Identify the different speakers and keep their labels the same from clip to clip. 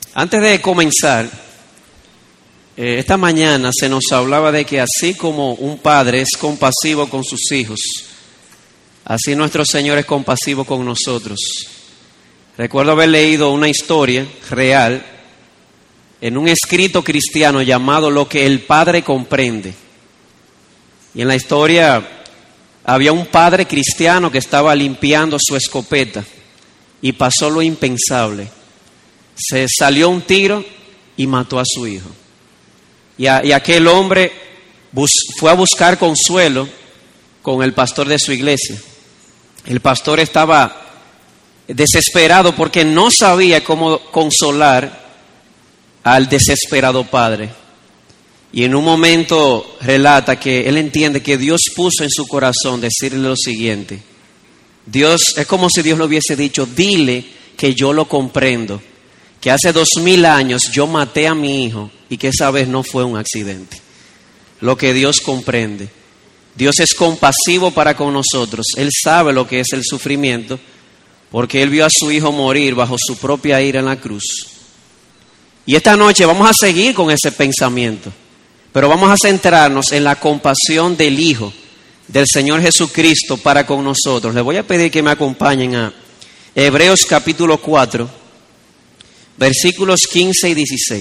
Speaker 1: Antes de comenzar, esta mañana se nos hablaba de que así como un padre es compasivo con sus hijos, así nuestro Señor es compasivo con nosotros. Recuerdo haber leído una historia real en un escrito cristiano llamado Lo que el Padre comprende. Y en la historia había un padre cristiano que estaba limpiando su escopeta y pasó lo impensable. Se salió un tiro y mató a su hijo. Y aquel hombre fue a buscar consuelo con el pastor de su iglesia. El pastor estaba desesperado porque no sabía cómo consolar al desesperado padre. Y en un momento relata que él entiende que Dios puso en su corazón decirle lo siguiente: Dios, es como si Dios le hubiese dicho, dile que yo lo comprendo, que hace 2000 años yo maté a mi hijo y que esa vez no fue un accidente. Lo que Dios comprende. Dios es compasivo para con nosotros. Él sabe lo que es el sufrimiento porque Él vio a su hijo morir bajo su propia ira en la cruz. Y esta noche vamos a seguir con ese pensamiento, pero vamos a centrarnos en la compasión del Hijo del Señor Jesucristo para con nosotros. Les voy a pedir que me acompañen a Hebreos capítulo 4, versículos 15 y 16.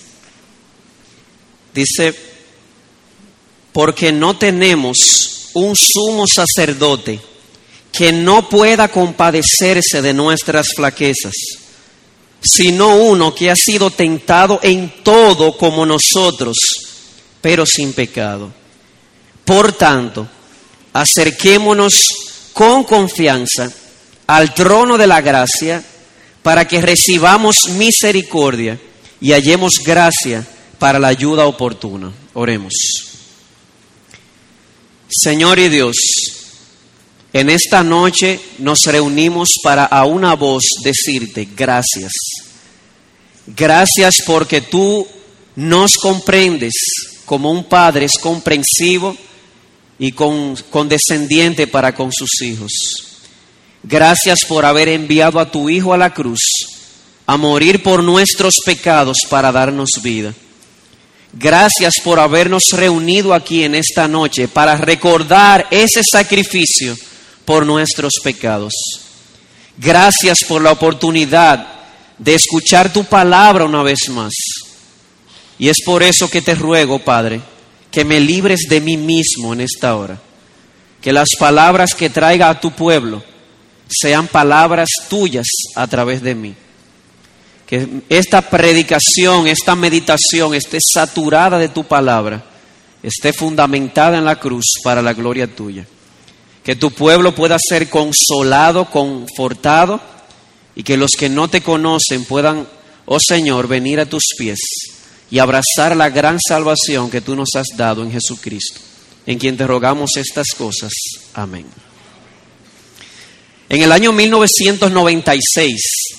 Speaker 1: Dice: porque no tenemos un sumo sacerdote que no pueda compadecerse de nuestras flaquezas, sino uno que ha sido tentado en todo como nosotros, pero sin pecado. Por tanto, acerquémonos con confianza al trono de la gracia para que recibamos misericordia y hallemos gracia para la ayuda oportuna. Oremos. Señor y Dios, en esta noche nos reunimos para a una voz decirte gracias. Gracias porque tú nos comprendes como un padre es comprensivo y condescendiente para con sus hijos. Gracias por haber enviado a tu Hijo a la cruz a morir por nuestros pecados para darnos vida. Gracias por habernos reunido aquí en esta noche para recordar ese sacrificio por nuestros pecados. Gracias por la oportunidad de escuchar tu palabra una vez más. Y es por eso que te ruego, Padre, que me libres de mí mismo en esta hora. Que las palabras que traiga a tu pueblo sean palabras tuyas a través de mí. Que esta predicación, esta meditación esté saturada de tu palabra, esté fundamentada en la cruz para la gloria tuya. Que tu pueblo pueda ser consolado, confortado, y que los que no te conocen puedan, oh Señor, venir a tus pies y abrazar la gran salvación que tú nos has dado en Jesucristo, en quien te rogamos estas cosas. Amén. En el año 1996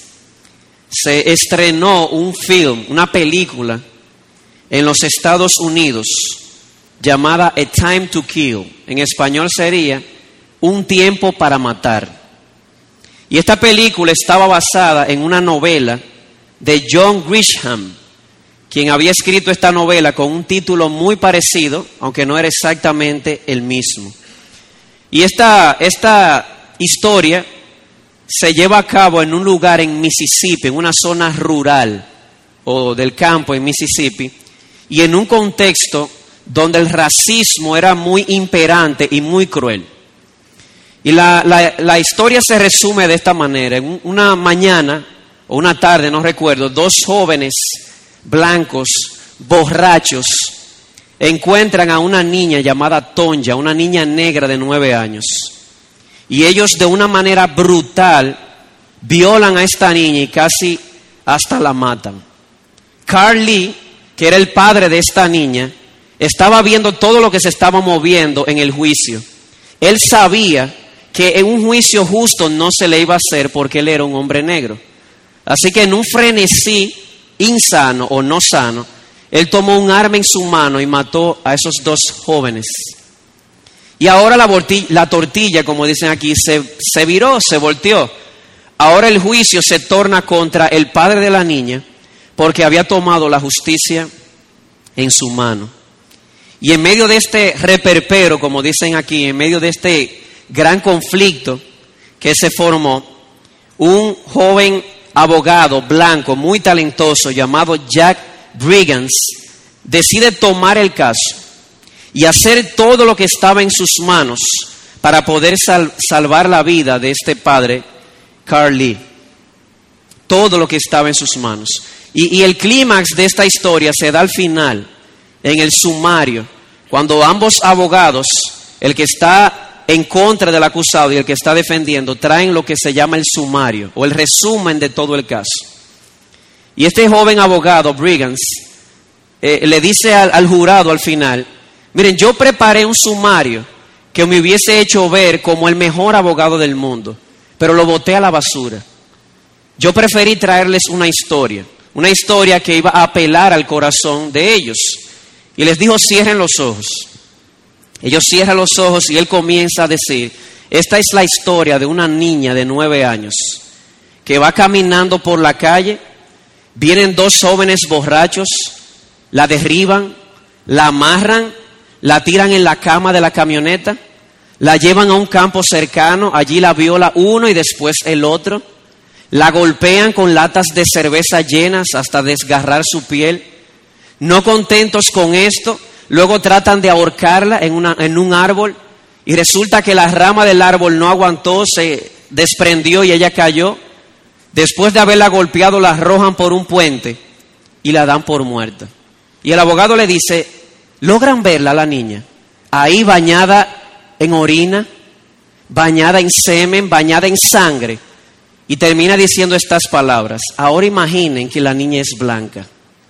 Speaker 1: se estrenó un film, una película en los Estados Unidos llamada A Time to Kill. En español sería Un tiempo para matar. Y esta película estaba basada en una novela de John Grisham, quien había escrito esta novela con un título muy parecido, aunque no era exactamente el mismo. Y esta historia se lleva a cabo en un lugar en Mississippi, en una zona rural o del campo en Mississippi, y en un contexto donde el racismo era muy imperante y muy cruel. Y la historia se resume de esta manera. En una mañana o una tarde, no recuerdo, dos jóvenes blancos, borrachos, encuentran a una niña llamada Tonja, una niña negra de 9 años. Y ellos de una manera brutal violan a esta niña y casi hasta la matan. Carl Lee, que era el padre de esta niña, estaba viendo todo lo que se estaba moviendo en el juicio. Él sabía que en un juicio justo no se le iba a hacer porque él era un hombre negro. Así que en un frenesí insano o no sano, él tomó un arma en su mano y mató a esos dos jóvenes. Y ahora la tortilla, como dicen aquí, se viró, se volteó. Ahora el juicio se torna contra el padre de la niña, porque había tomado la justicia en su mano. Y en medio de este reperpero, como dicen aquí, en medio de este gran conflicto que se formó, un joven abogado blanco muy talentoso llamado Jack Brigance decide tomar el caso y hacer todo lo que estaba en sus manos para poder salvar la vida de este padre, Carl Lee. Todo lo que estaba en sus manos. Y el clímax de esta historia se da al final, en el sumario, cuando ambos abogados, el que está en contra del acusado y el que está defendiendo, traen lo que se llama el sumario o el resumen de todo el caso. Y este joven abogado, Brigance, le dice al jurado al final: miren, yo preparé un sumario que me hubiese hecho ver como el mejor abogado del mundo, pero lo boté a la basura. Yo preferí traerles una historia que iba a apelar al corazón de ellos. Y les dijo: cierren los ojos. Ellos cierran los ojos y él comienza a decir: esta es la historia de una niña de 9 años que va caminando por la calle, vienen 2 jóvenes borrachos, la derriban, la amarran, la tiran en la cama de la camioneta, la llevan a un campo cercano, allí la viola uno y después el otro, la golpean con latas de cerveza llenas hasta desgarrar su piel. No contentos con esto, luego tratan de ahorcarla en un árbol y resulta que la rama del árbol no aguantó, se desprendió y ella cayó. Después de haberla golpeado, la arrojan por un puente y la dan por muerta. Y el abogado le dice: ¿logran verla la niña? Ahí bañada en orina, bañada en semen, bañada en sangre. Y termina diciendo estas palabras: ahora imaginen que la niña es blanca.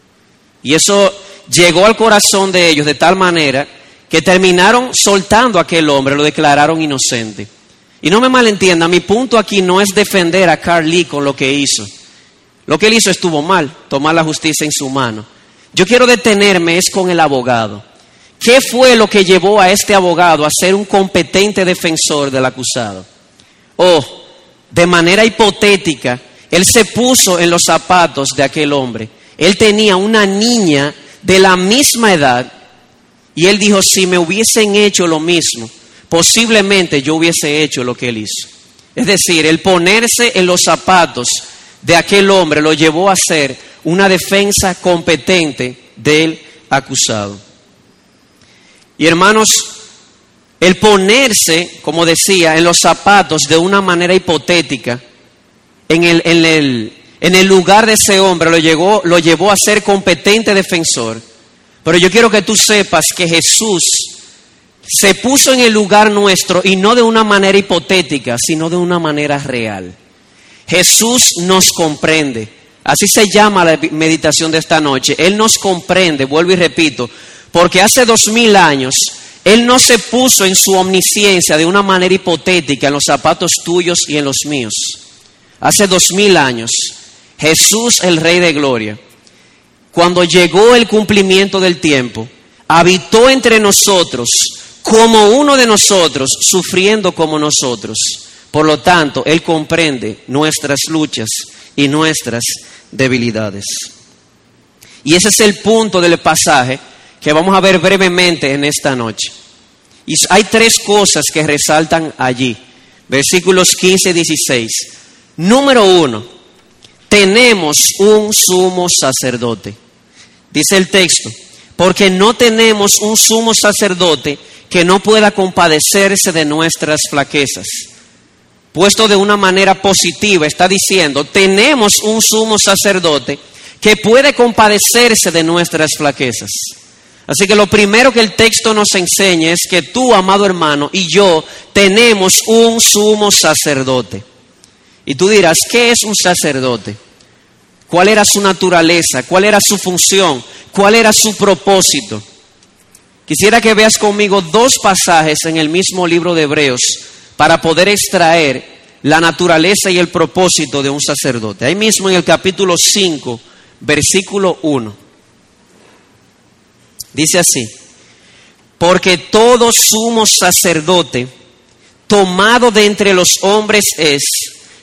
Speaker 1: Y eso llegó al corazón de ellos de tal manera que terminaron soltando a aquel hombre, lo declararon inocente. Y no me malentiendan, mi punto aquí no es defender a Carl Lee con lo que hizo. Lo que él hizo estuvo mal, tomar la justicia en su mano. Yo quiero detenerme es con el abogado. ¿Qué fue lo que llevó a este abogado a ser un competente defensor del acusado? De manera hipotética, él se puso en los zapatos de aquel hombre. Él tenía una niña de la misma edad y él dijo: si me hubiesen hecho lo mismo, posiblemente yo hubiese hecho lo que él hizo. Es decir, el ponerse en los zapatos de aquel hombre lo llevó a ser una defensa competente del acusado. Y hermanos, el ponerse, como decía, en los zapatos de una manera hipotética, en el lugar de ese hombre lo llevó a ser competente defensor. Pero yo quiero que tú sepas que Jesús se puso en el lugar nuestro y no de una manera hipotética, sino de una manera real. Jesús nos comprende. Así se llama la meditación de esta noche. Él nos comprende, vuelvo y repito, porque hace 2000 años Él no se puso en su omnisciencia de una manera hipotética en los zapatos tuyos y en los míos. Hace 2000 años, Jesús, el Rey de Gloria, cuando llegó el cumplimiento del tiempo, habitó entre nosotros como uno de nosotros, sufriendo como nosotros. Por lo tanto, Él comprende nuestras luchas y nuestras debilidades. Y ese es el punto del pasaje que vamos a ver brevemente en esta noche. Y hay 3 cosas que resaltan allí. Versículos 15 y 16. Número 1, tenemos un sumo sacerdote. Dice el texto: porque no tenemos un sumo sacerdote que no pueda compadecerse de nuestras flaquezas. Puesto de una manera positiva, está diciendo: tenemos un sumo sacerdote que puede compadecerse de nuestras flaquezas. Así que lo primero que el texto nos enseña es que tú, amado hermano, y yo tenemos un sumo sacerdote. Y tú dirás: ¿qué es un sacerdote? ¿Cuál era su naturaleza? ¿Cuál era su función? ¿Cuál era su propósito? Quisiera que veas conmigo 2 pasajes en el mismo libro de Hebreos para poder extraer la naturaleza y el propósito de un sacerdote. Ahí mismo en el capítulo 5, versículo 1. Dice así: porque todo sumo sacerdote tomado de entre los hombres es,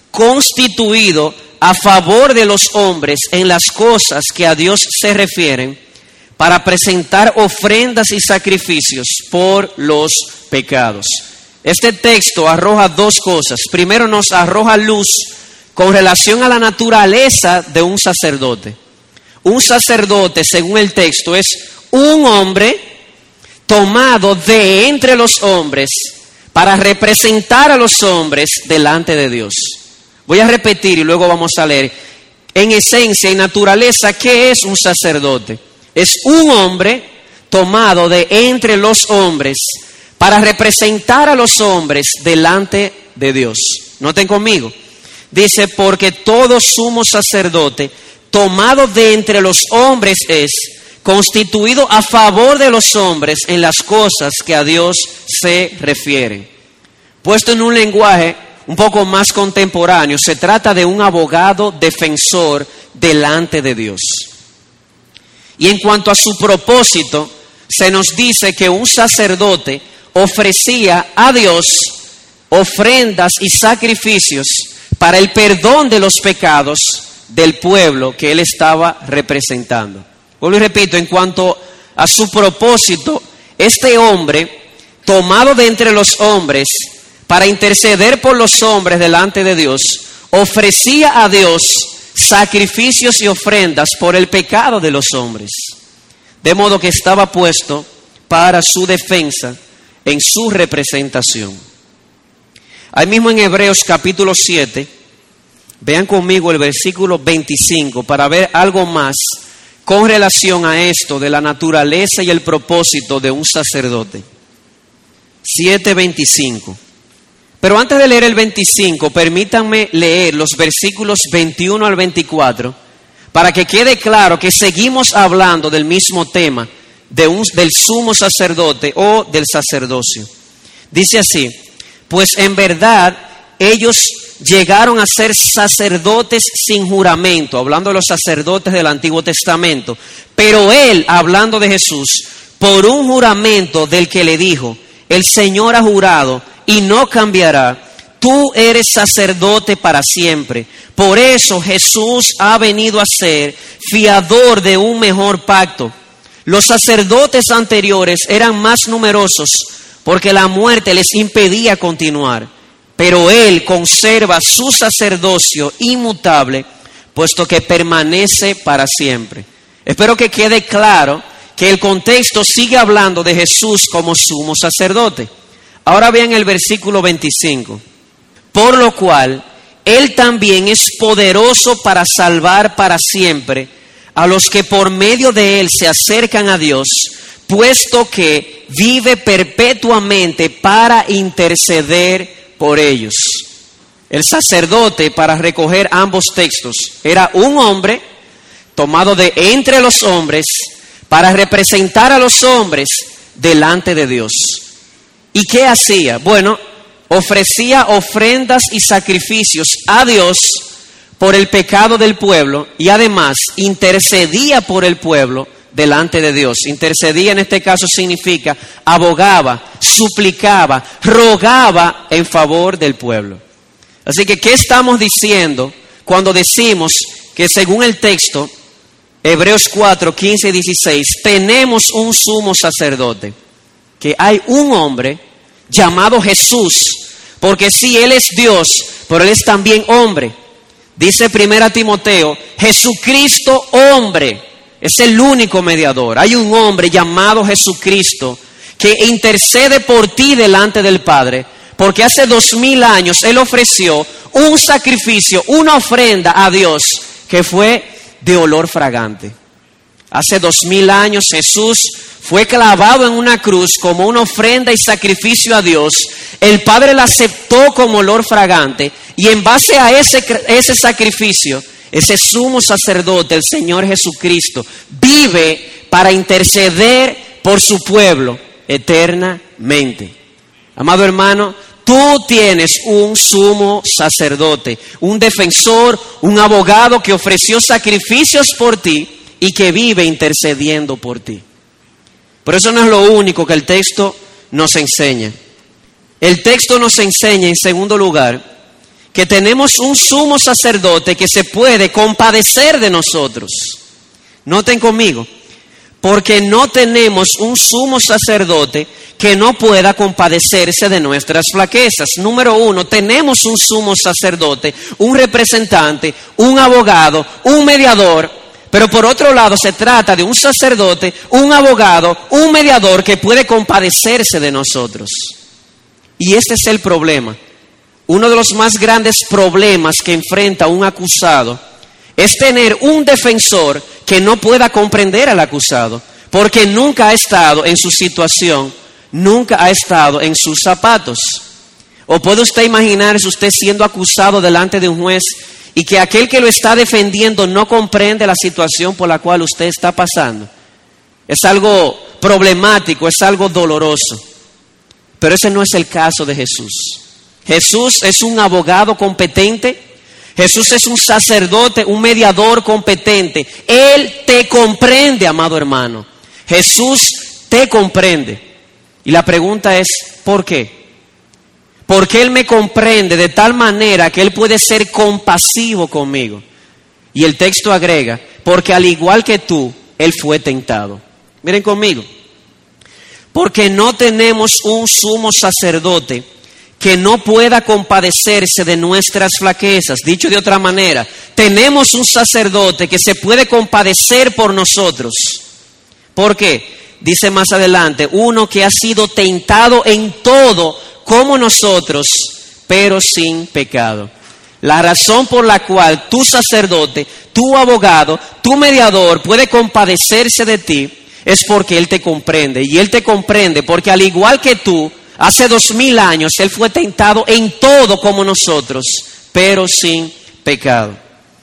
Speaker 1: constituido a favor de los hombres en las cosas que a Dios se refieren, para presentar ofrendas y sacrificios por los pecados. Este texto arroja dos cosas. Primero, nos arroja luz con relación a la naturaleza de un sacerdote. Un sacerdote, según el texto, es un hombre tomado de entre los hombres para representar a los hombres delante de Dios. Voy a repetir y luego vamos a leer. En esencia y naturaleza, ¿qué es un sacerdote? Es un hombre tomado de entre los hombres para representar a los hombres delante de Dios. Noten conmigo. Dice, porque todo sumo sacerdote tomado de entre los hombres es constituido a favor de los hombres en las cosas que a Dios se refieren. Puesto en un lenguaje un poco más contemporáneo, se trata de un abogado defensor delante de Dios. Y en cuanto a su propósito, se nos dice que un sacerdote ofrecía a Dios ofrendas y sacrificios para el perdón de los pecados del pueblo que él estaba representando. Vuelvo y repito, en cuanto a su propósito, este hombre, tomado de entre los hombres para interceder por los hombres delante de Dios, ofrecía a Dios sacrificios y ofrendas por el pecado de los hombres, de modo que estaba puesto para su defensa en su representación. Ahí mismo en Hebreos capítulo 7, vean conmigo el versículo 25 para ver algo más con relación a esto de la naturaleza y el propósito de un sacerdote. 7:25. Pero antes de leer el 25, permítanme leer los versículos 21 al 24 para que quede claro que seguimos hablando del mismo tema del sumo sacerdote o del sacerdocio. Dice así: pues en verdad ellos llegaron a ser sacerdotes sin juramento, hablando de los sacerdotes del Antiguo Testamento, pero él, hablando de Jesús, por un juramento del que le dijo: el Señor ha jurado y no cambiará, tú eres sacerdote para siempre. Por eso Jesús ha venido a ser fiador de un mejor pacto. Los sacerdotes anteriores eran más numerosos porque la muerte les impedía continuar, pero él conserva su sacerdocio inmutable, puesto que permanece para siempre. Espero que quede claro que el contexto sigue hablando de Jesús como sumo sacerdote. Ahora vean el versículo 25. Por lo cual, él también es poderoso para salvar para siempre a los que por medio de él se acercan a Dios, puesto que vive perpetuamente para interceder por ellos. El sacerdote, para recoger ambos textos, era un hombre tomado de entre los hombres para representar a los hombres delante de Dios. ¿Y qué hacía? Bueno, ofrecía ofrendas y sacrificios a Dios por el pecado del pueblo y además intercedía por el pueblo delante de Dios. Intercedía en este caso significa abogaba, suplicaba, rogaba en favor del pueblo. Así que, ¿qué estamos diciendo cuando decimos que según el texto, Hebreos 4, 15 y 16, tenemos un sumo sacerdote? Que hay un hombre llamado Jesús, porque sí, él es Dios, pero él es también hombre. Dice 1 Timoteo, Jesucristo hombre, es el único mediador. Hay un hombre llamado Jesucristo que intercede por ti delante del Padre, porque hace 2000 años él ofreció un sacrificio, una ofrenda a Dios que fue de olor fragante. Hace 2000 años Jesús fue clavado en una cruz como una ofrenda y sacrificio a Dios. El Padre la aceptó como olor fragante y en base a ese sacrificio, ese sumo sacerdote, el Señor Jesucristo, vive para interceder por su pueblo eternamente. Amado hermano, tú tienes un sumo sacerdote, un defensor, un abogado que ofreció sacrificios por ti y que vive intercediendo por ti. Pero eso no es lo único que el texto nos enseña. El texto nos enseña, en segundo lugar, que tenemos un sumo sacerdote que se puede compadecer de nosotros. Noten conmigo, porque no tenemos un sumo sacerdote que no pueda compadecerse de nuestras flaquezas. Número uno, tenemos un sumo sacerdote, un representante, un abogado, un mediador. Pero por otro lado se trata de un sacerdote, un abogado, un mediador que puede compadecerse de nosotros. Y este es el problema. Uno de los más grandes problemas que enfrenta un acusado es tener un defensor que no pueda comprender al acusado, porque nunca ha estado en su situación, nunca ha estado en sus zapatos. ¿O puede usted imaginarse usted siendo acusado delante de un juez y que aquel que lo está defendiendo no comprende la situación por la cual usted está pasando? Es algo problemático, es algo doloroso. Pero ese no es el caso de Jesús. Jesús es un abogado competente. Jesús es un sacerdote, un mediador competente. Él te comprende, amado hermano. Jesús te comprende. Y la pregunta es, ¿por qué? Porque Él me comprende de tal manera que Él puede ser compasivo conmigo. Y el texto agrega, porque al igual que tú, Él fue tentado. Miren conmigo. Porque no tenemos un sumo sacerdote que no pueda compadecerse de nuestras flaquezas. Dicho de otra manera, tenemos un sacerdote que se puede compadecer por nosotros. ¿Por qué? Dice más adelante, uno que ha sido tentado en todo como nosotros, pero sin pecado. La razón por la cual tu sacerdote, tu abogado, tu mediador puede compadecerse de ti es porque Él te comprende. Y Él te comprende porque al igual que tú, hace 2000 años Él fue tentado en todo como nosotros, pero sin pecado.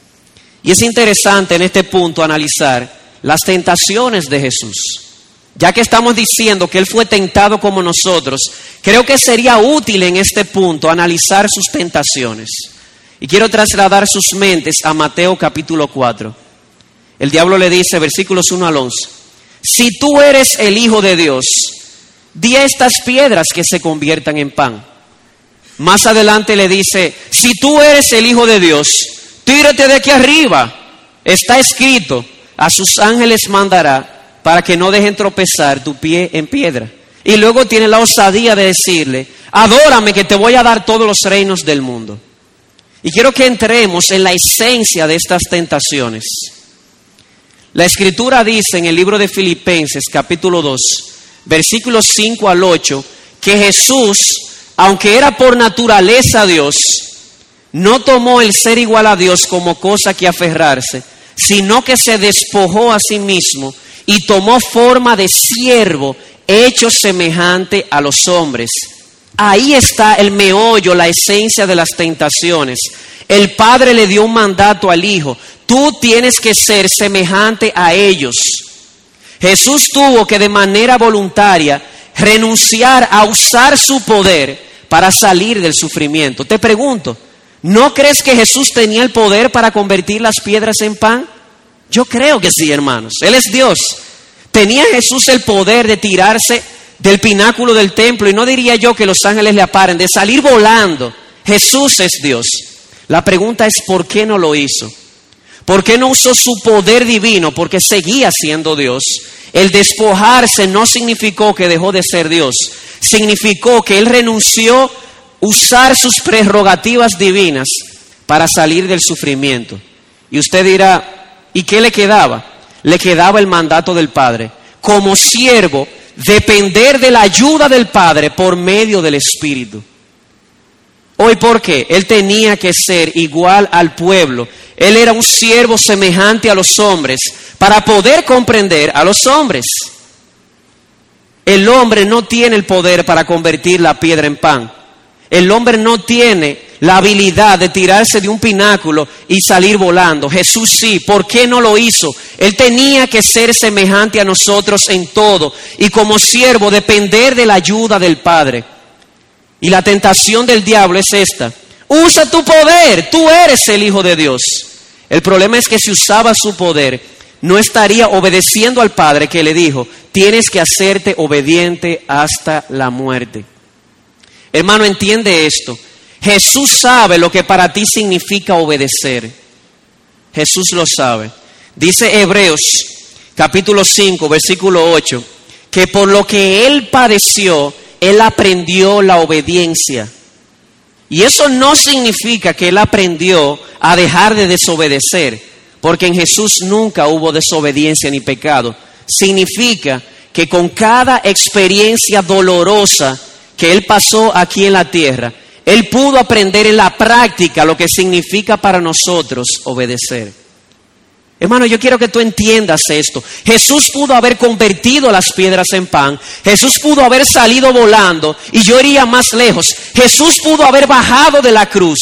Speaker 1: Y es interesante en este punto analizar las tentaciones de Jesús. Ya que estamos diciendo que Él fue tentado como nosotros, creo que sería útil en este punto analizar sus tentaciones. Y quiero trasladar sus mentes a Mateo capítulo 4. El diablo le dice, versículos 1 al 11, si tú eres el Hijo de Dios, di a estas piedras que se conviertan en pan. Más adelante le dice, si tú eres el Hijo de Dios, tírate de aquí arriba. Está escrito, a sus ángeles mandará para que no dejen tropezar tu pie en piedra. Y luego tiene la osadía de decirle, adórame que te voy a dar todos los reinos del mundo. Y quiero que entremos en la esencia de estas tentaciones. La Escritura dice en el libro de Filipenses capítulo 2, versículos 5 al 8, que Jesús, aunque era por naturaleza Dios, no tomó el ser igual a Dios como cosa que aferrarse, sino que se despojó a sí mismo y tomó forma de siervo, hecho semejante a los hombres. Ahí está el meollo, la esencia de las tentaciones. El Padre le dio un mandato al Hijo. Tú tienes que ser semejante a ellos. Jesús tuvo que de manera voluntaria renunciar a usar su poder para salir del sufrimiento. Te pregunto, ¿no crees que Jesús tenía el poder para convertir las piedras en pan? Yo creo que sí, hermanos. Él es Dios. ¿Tenía Jesús el poder de tirarse del pináculo del templo? Y no diría yo que los ángeles le aparen, de salir volando. Jesús es Dios. La pregunta es, ¿por qué no lo hizo? ¿Por qué no usó su poder divino? Porque seguía siendo Dios. El despojarse no significó que dejó de ser Dios. Significó que Él renunció a usar sus prerrogativas divinas para salir del sufrimiento. Y usted dirá, ¿y qué le quedaba? Le quedaba el mandato del Padre. Como siervo, depender de la ayuda del Padre por medio del Espíritu. Hoy, ¿por qué? Él tenía que ser igual al pueblo. Él era un siervo semejante a los hombres para poder comprender a los hombres. El hombre no tiene el poder para convertir la piedra en pan. El hombre no tiene la habilidad de tirarse de un pináculo y salir volando. Jesús sí. ¿Por qué no lo hizo? Él tenía que ser semejante a nosotros en todo y como siervo depender de la ayuda del Padre. Y la tentación del diablo es esta: usa tu poder, tú eres el Hijo de Dios. El problema es que si usaba su poder, no estaría obedeciendo al Padre que le dijo, tienes que hacerte obediente hasta la muerte. Hermano, entiende esto. Jesús sabe lo que para ti significa obedecer. Jesús lo sabe. Dice Hebreos capítulo 5, versículo 8, que por lo que Él padeció, Él aprendió la obediencia. Y eso no significa que Él aprendió a dejar de desobedecer, porque en Jesús nunca hubo desobediencia ni pecado. Significa que con cada experiencia dolorosa que Él pasó aquí en la tierra, Él pudo aprender en la práctica lo que significa para nosotros obedecer. Hermano, yo quiero que tú entiendas esto. Jesús pudo haber convertido las piedras en pan. Jesús pudo haber salido volando, y yo iría más lejos. Jesús pudo haber bajado de la cruz.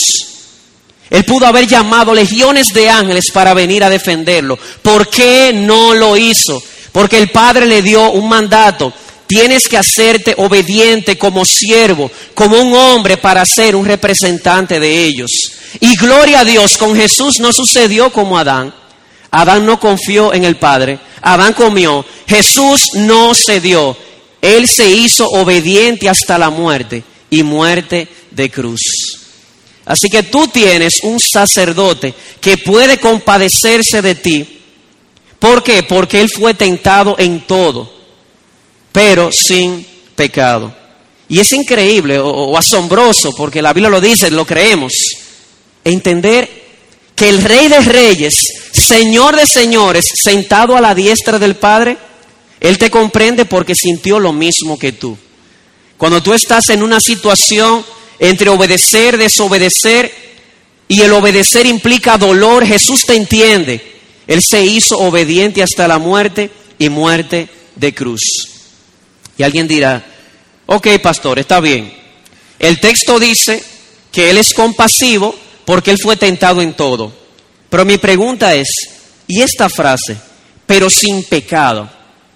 Speaker 1: Él pudo haber llamado legiones de ángeles para venir a defenderlo. ¿Por qué no lo hizo? Porque el Padre le dio un mandato. Tienes que hacerte obediente como siervo, como un hombre, para ser un representante de ellos. Y gloria a Dios, con Jesús no sucedió como Adán. Adán no confió en el Padre. Adán comió. Jesús no cedió. Él se hizo obediente hasta la muerte, y muerte de cruz. Así que tú tienes un sacerdote que puede compadecerse de ti. ¿Por qué? Porque Él fue tentado en todo, pero sin pecado. Y es increíble o asombroso, porque la Biblia lo dice, lo creemos. Entender que el Rey de Reyes, Señor de señores, sentado a la diestra del Padre, Él te comprende porque sintió lo mismo que tú. Cuando tú estás en una situación entre obedecer, desobedecer, y el obedecer implica dolor, Jesús te entiende. Él se hizo obediente hasta la muerte, y muerte de cruz. Y alguien dirá, ok, pastor, está bien. El texto dice que Él es compasivo porque Él fue tentado en todo. Pero mi pregunta es, ¿y esta frase, pero sin pecado?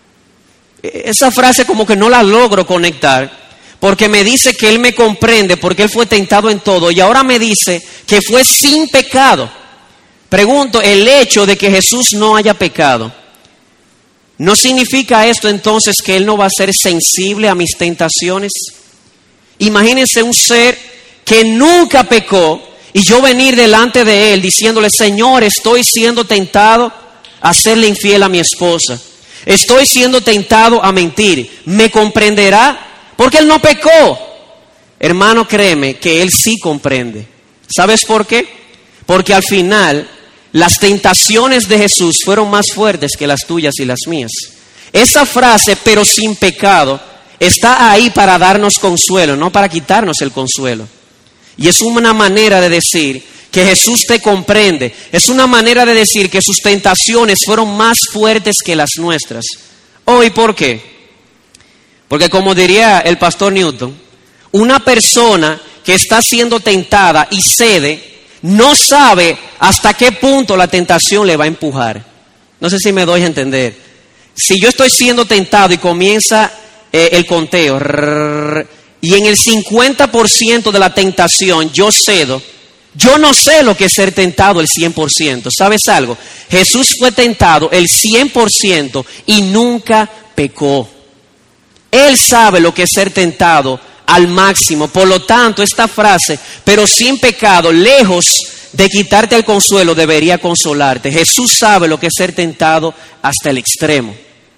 Speaker 1: Esa frase como que no la logro conectar, porque me dice que Él me comprende porque Él fue tentado en todo, y ahora me dice que fue sin pecado. Pregunto, ¿el hecho de que Jesús no haya pecado no significa esto entonces que Él no va a ser sensible a mis tentaciones? Imagínense un ser que nunca pecó, y yo venir delante de Él diciéndole, Señor, estoy siendo tentado a serle infiel a mi esposa. Estoy siendo tentado a mentir. ¿Me comprenderá? Porque Él no pecó. Hermano, créeme que Él sí comprende. ¿Sabes por qué? Porque al final las tentaciones de Jesús fueron más fuertes que las tuyas y las mías. Esa frase, pero sin pecado, está ahí para darnos consuelo, no para quitarnos el consuelo. Y es una manera de decir que Jesús te comprende. Es una manera de decir que sus tentaciones fueron más fuertes que las nuestras. Oh, ¿y por qué? Porque como diría el pastor Newton, una persona que está siendo tentada y cede, no sabe hasta qué punto la tentación le va a empujar. No sé si me doy a entender. Si yo estoy siendo tentado y comienza el conteo, y en el 50% de la tentación yo cedo, yo no sé lo que es ser tentado el 100%. ¿Sabes algo? Jesús fue tentado el 100% y nunca pecó. Él sabe lo que es ser tentado al máximo. Por lo tanto, esta frase, pero sin pecado, lejos de quitarte el consuelo, debería consolarte. Jesús sabe lo que es ser tentado hasta el extremo.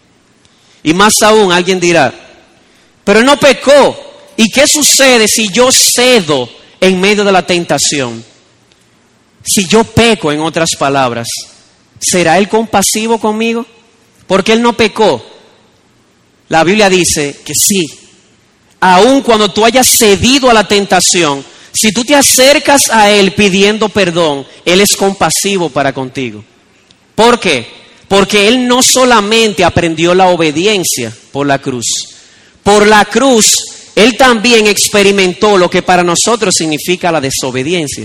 Speaker 1: Y más aún, alguien dirá, pero Él no pecó. ¿Y qué sucede si yo cedo en medio de la tentación? Si yo peco, en otras palabras, ¿será Él compasivo conmigo? Porque Él no pecó. La Biblia dice que sí. Aun cuando tú hayas cedido a la tentación, si tú te acercas a Él pidiendo perdón, Él es compasivo para contigo. ¿Por qué? Porque Él no solamente aprendió la obediencia por la cruz. Por la cruz, Él también experimentó lo que para nosotros significa la desobediencia.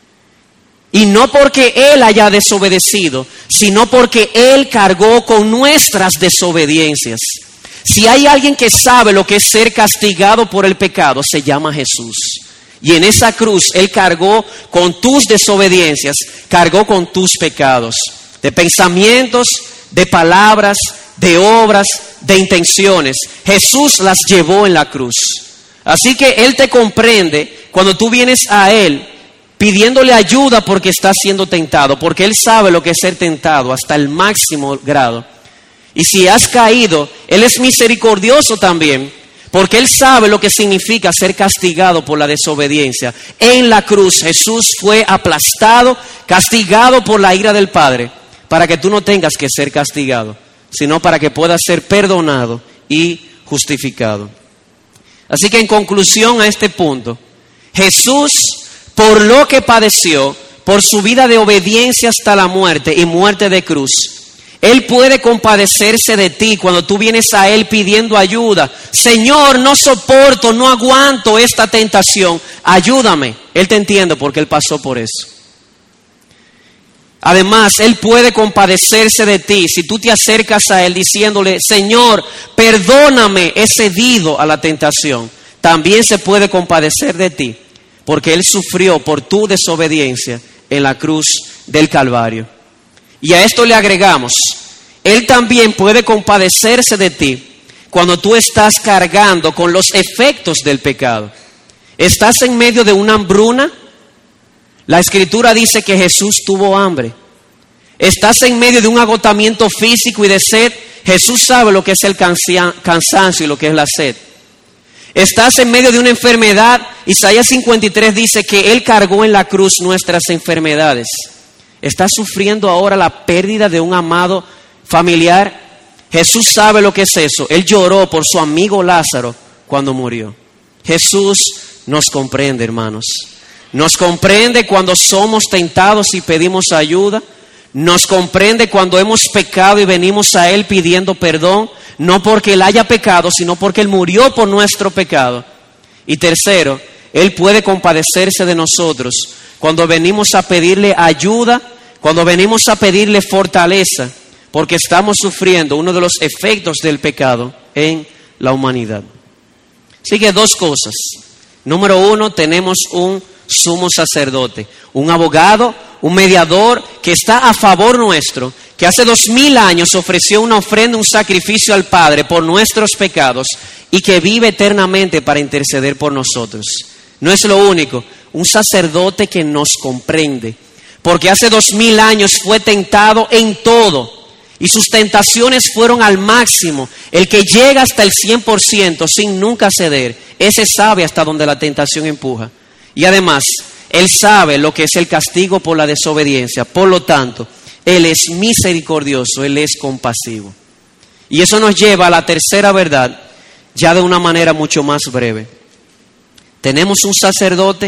Speaker 1: Y no porque Él haya desobedecido, sino porque Él cargó con nuestras desobediencias. Si hay alguien que sabe lo que es ser castigado por el pecado, se llama Jesús. Y en esa cruz Él cargó con tus desobediencias, cargó con tus pecados, de pensamientos, de palabras, de obras, de intenciones. Jesús las llevó en la cruz. Así que Él te comprende cuando tú vienes a Él pidiéndole ayuda porque estás siendo tentado, porque Él sabe lo que es ser tentado hasta el máximo grado. Y si has caído, Él es misericordioso también, porque Él sabe lo que significa ser castigado por la desobediencia. En la cruz Jesús fue aplastado, castigado por la ira del Padre, para que tú no tengas que ser castigado, sino para que puedas ser perdonado y justificado. Así que en conclusión a este punto, Jesús, por lo que padeció, por su vida de obediencia hasta la muerte y muerte de cruz, Él puede compadecerse de ti cuando tú vienes a Él pidiendo ayuda. Señor, no soporto, no aguanto esta tentación, ayúdame. Él te entiende porque Él pasó por eso. Además, Él puede compadecerse de ti si tú te acercas a Él diciéndole, Señor, perdóname, he cedido a la tentación. También se puede compadecer de ti porque Él sufrió por tu desobediencia en la cruz del Calvario. Y a esto le agregamos, Él también puede compadecerse de ti cuando tú estás cargando con los efectos del pecado. ¿Estás en medio de una hambruna? La Escritura dice que Jesús tuvo hambre. ¿Estás en medio de un agotamiento físico y de sed? Jesús sabe lo que es el cansancio y lo que es la sed. ¿Estás en medio de una enfermedad? Isaías 53 dice que Él cargó en la cruz nuestras enfermedades. ¿Estás sufriendo ahora la pérdida de un amado familiar? Jesús sabe lo que es eso. Él lloró por su amigo Lázaro cuando murió. Jesús nos comprende, hermanos. Nos comprende cuando somos tentados y pedimos ayuda. Nos comprende cuando hemos pecado y venimos a Él pidiendo perdón. No porque Él haya pecado, sino porque Él murió por nuestro pecado. Y tercero, Él puede compadecerse de nosotros cuando venimos a pedirle ayuda, cuando venimos a pedirle fortaleza, porque estamos sufriendo uno de los efectos del pecado en la humanidad. Así que dos cosas. Número uno, tenemos un sumo sacerdote, un abogado, un mediador que está a favor nuestro, que hace 2000 años ofreció una ofrenda, un sacrificio al Padre por nuestros pecados y que vive eternamente para interceder por nosotros. No es lo único, un sacerdote que nos comprende, porque hace 2000 años fue tentado en todo y sus tentaciones fueron al máximo. El que llega hasta el 100% sin nunca ceder, ese sabe hasta donde la tentación empuja. Y además, Él sabe lo que es el castigo por la desobediencia. Por lo tanto, Él es misericordioso, Él es compasivo. Y eso nos lleva a la tercera verdad, ya de una manera mucho más breve. Tenemos un sacerdote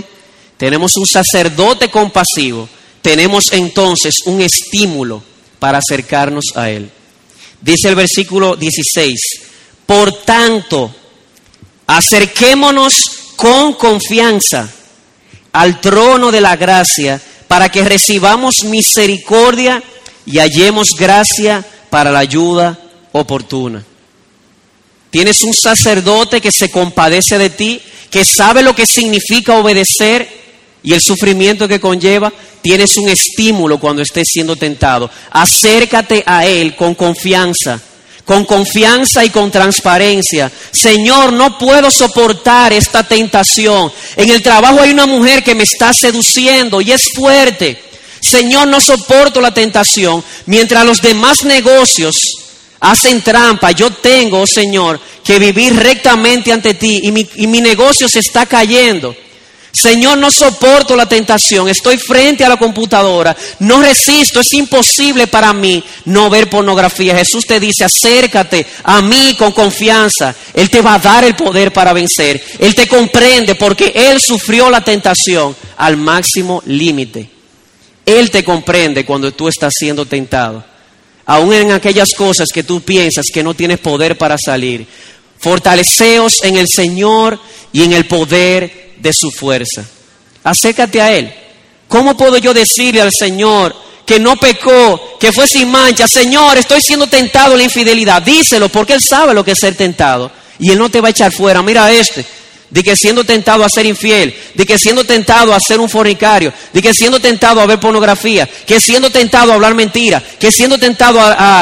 Speaker 1: compasivo. Tenemos entonces un estímulo para acercarnos a Él. Dice el versículo 16, por tanto, acerquémonos con confianza al trono de la gracia para que recibamos misericordia y hallemos gracia para la ayuda oportuna. Tienes un sacerdote que se compadece de ti, que sabe lo que significa obedecer y el sufrimiento que conlleva. Tienes un estímulo cuando estés siendo tentado. Acércate a Él con confianza y con transparencia. Señor, no puedo soportar esta tentación. En el trabajo hay una mujer que me está seduciendo y es fuerte. Señor, no soporto la tentación. Mientras los demás negocios hacen trampa, yo tengo, oh Señor, que vivir rectamente ante ti y mi negocio se está cayendo. Señor, no soporto la tentación, estoy frente a la computadora, no resisto, es imposible para mí no ver pornografía. Jesús te dice, acércate a mí con confianza, Él te va a dar el poder para vencer. Él te comprende porque Él sufrió la tentación al máximo límite. Él te comprende cuando tú estás siendo tentado, aún en aquellas cosas que tú piensas que no tienes poder para salir. Fortaleceos en el Señor y en el poder de su fuerza. Acércate a Él. ¿Cómo puedo yo decirle al Señor que no pecó, que fue sin mancha? Señor, estoy siendo tentado en la infidelidad. Díselo, porque Él sabe lo que es ser tentado y Él no te va a echar fuera. Mira de que siendo tentado a ser infiel, de que siendo tentado a ser un fornicario, de que siendo tentado a ver pornografía, que siendo tentado a hablar mentira, que siendo tentado a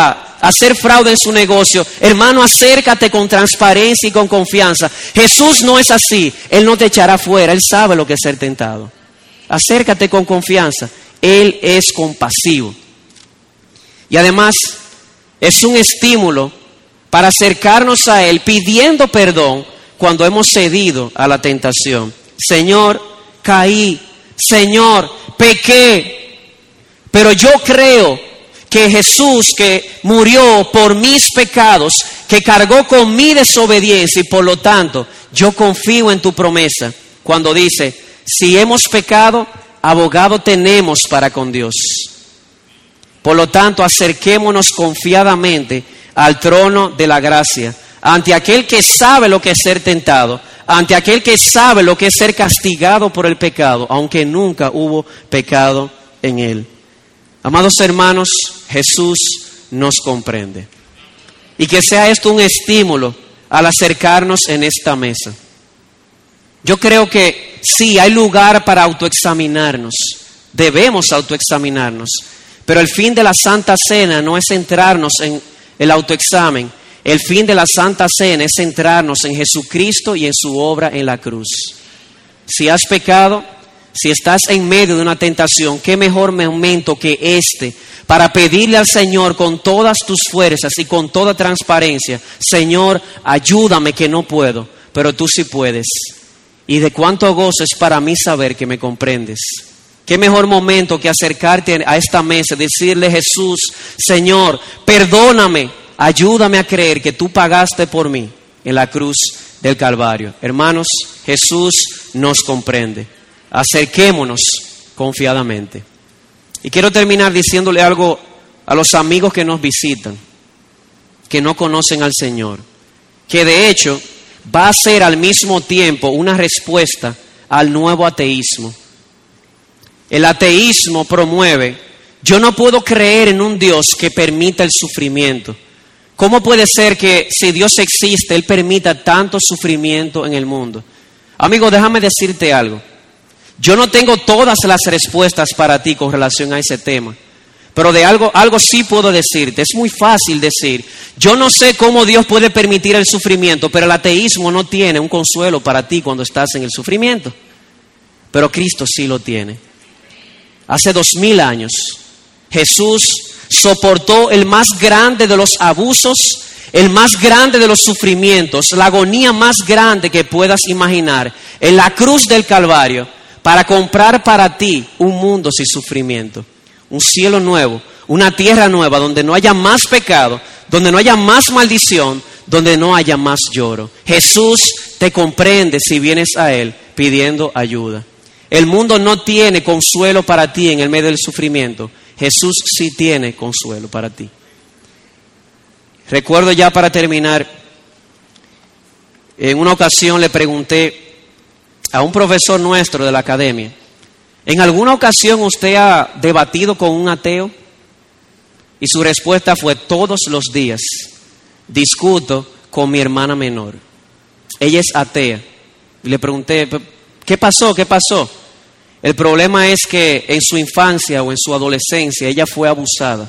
Speaker 1: hacer fraude en su negocio, hermano, acércate con transparencia y con confianza. Jesús no es así. Él no te echará fuera. Él sabe lo que es ser tentado. Acércate con confianza. Él es compasivo. Y además, es un estímulo para acercarnos a Él pidiendo perdón cuando hemos cedido a la tentación. Señor, caí. Señor, pequé. Pero yo creo que Jesús, que murió por mis pecados, que cargó con mi desobediencia, y por lo tanto yo confío en tu promesa cuando dice, si hemos pecado, abogado tenemos para con Dios. Por lo tanto, acerquémonos confiadamente al trono de la gracia, ante aquel que sabe lo que es ser tentado, ante aquel que sabe lo que es ser castigado por el pecado, aunque nunca hubo pecado en él. Amados hermanos, Jesús nos comprende. Y que sea esto un estímulo al acercarnos en esta mesa. Yo creo que sí, hay lugar para autoexaminarnos. Debemos autoexaminarnos. Pero el fin de la Santa Cena no es centrarnos en el autoexamen. El fin de la Santa Cena es centrarnos en Jesucristo y en su obra en la cruz. Si has pecado, si estás en medio de una tentación, qué mejor momento que este para pedirle al Señor con todas tus fuerzas y con toda transparencia: Señor, ayúdame que no puedo, pero tú sí puedes. Y de cuánto gozo es para mí saber que me comprendes. Qué mejor momento que acercarte a esta mesa, decirle: Jesús, Señor, perdóname, ayúdame a creer que tú pagaste por mí en la cruz del Calvario. Hermanos, Jesús nos comprende. Acerquémonos confiadamente. Y quiero terminar diciéndole algo a los amigos que nos visitan, que no conocen al Señor, que de hecho va a ser al mismo tiempo una respuesta al nuevo ateísmo. El ateísmo promueve: yo no puedo creer en un Dios que permita el sufrimiento. ¿Cómo puede ser que si Dios existe, Él permita tanto sufrimiento en el mundo? Amigo, déjame decirte algo. Yo no tengo todas las respuestas para ti con relación a ese tema, pero de algo sí puedo decirte. Es muy fácil decir: yo no sé cómo Dios puede permitir el sufrimiento, pero el ateísmo no tiene un consuelo para ti cuando estás en el sufrimiento. Pero Cristo sí lo tiene. Hace 2000 años, Jesús soportó el más grande de los abusos, el más grande de los sufrimientos, la agonía más grande que puedas imaginar, en la cruz del Calvario, para comprar para ti un mundo sin sufrimiento, un cielo nuevo, una tierra nueva donde no haya más pecado, donde no haya más maldición, donde no haya más lloro. Jesús te comprende si vienes a Él pidiendo ayuda. El mundo no tiene consuelo para ti en el medio del sufrimiento. Jesús sí tiene consuelo para ti. Recuerdo, ya para terminar, en una ocasión le pregunté a un profesor nuestro de la academia: ¿en alguna ocasión usted ha debatido con un ateo? Y su respuesta fue: todos los días discuto con mi hermana menor. Ella es atea. Y le pregunté: ¿qué pasó? ¿Qué pasó? El problema es que en su infancia o en su adolescencia ella fue abusada.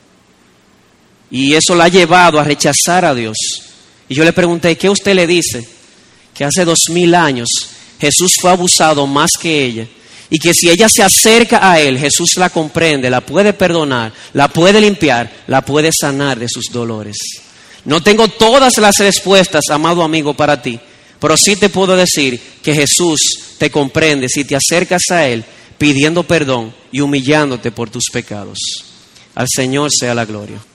Speaker 1: Y eso la ha llevado a rechazar a Dios. Y yo le pregunté: ¿qué usted le dice? Que hace 2000 años Jesús fue abusado más que ella. Y que si ella se acerca a Él, Jesús la comprende, la puede perdonar, la puede limpiar, la puede sanar de sus dolores. No tengo todas las respuestas, amado amigo, para ti, pero sí te puedo decir que Jesús te comprende si te acercas a Él pidiendo perdón y humillándote por tus pecados. Al Señor sea la gloria.